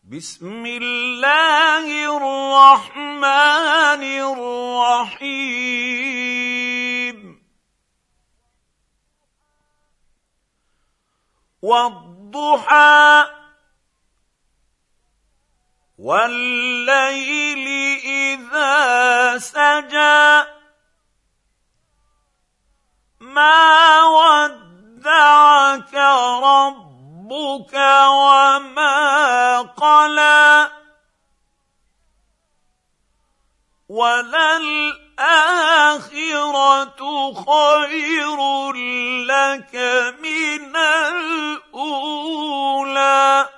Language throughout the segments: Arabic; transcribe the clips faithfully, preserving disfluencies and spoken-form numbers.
بسم الله الرحمن الرحيم والضحى والليل إذا سجى ما ودعك ربك وما قلى وللآخرة خير لك من الأولى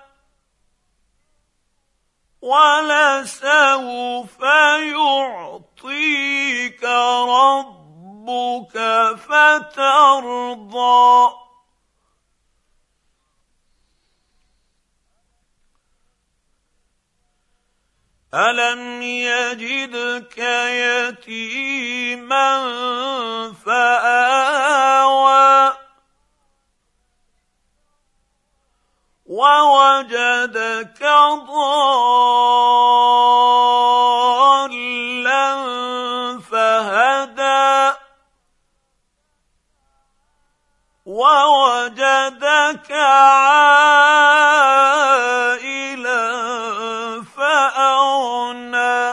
ولسوف يعطيك ربك فترضى ألم يجدك يتيما فآوى ووجدك ضالا فهدى ووجدك عائلا فأغنى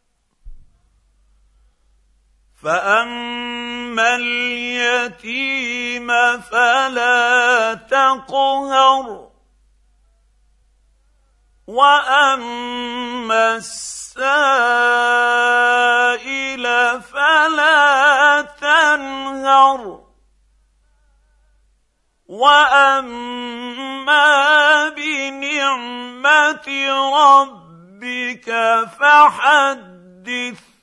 فأما اليتيم فلا تقهر وأما السائل فلا تنهر وأما بنعمة ربك فحدث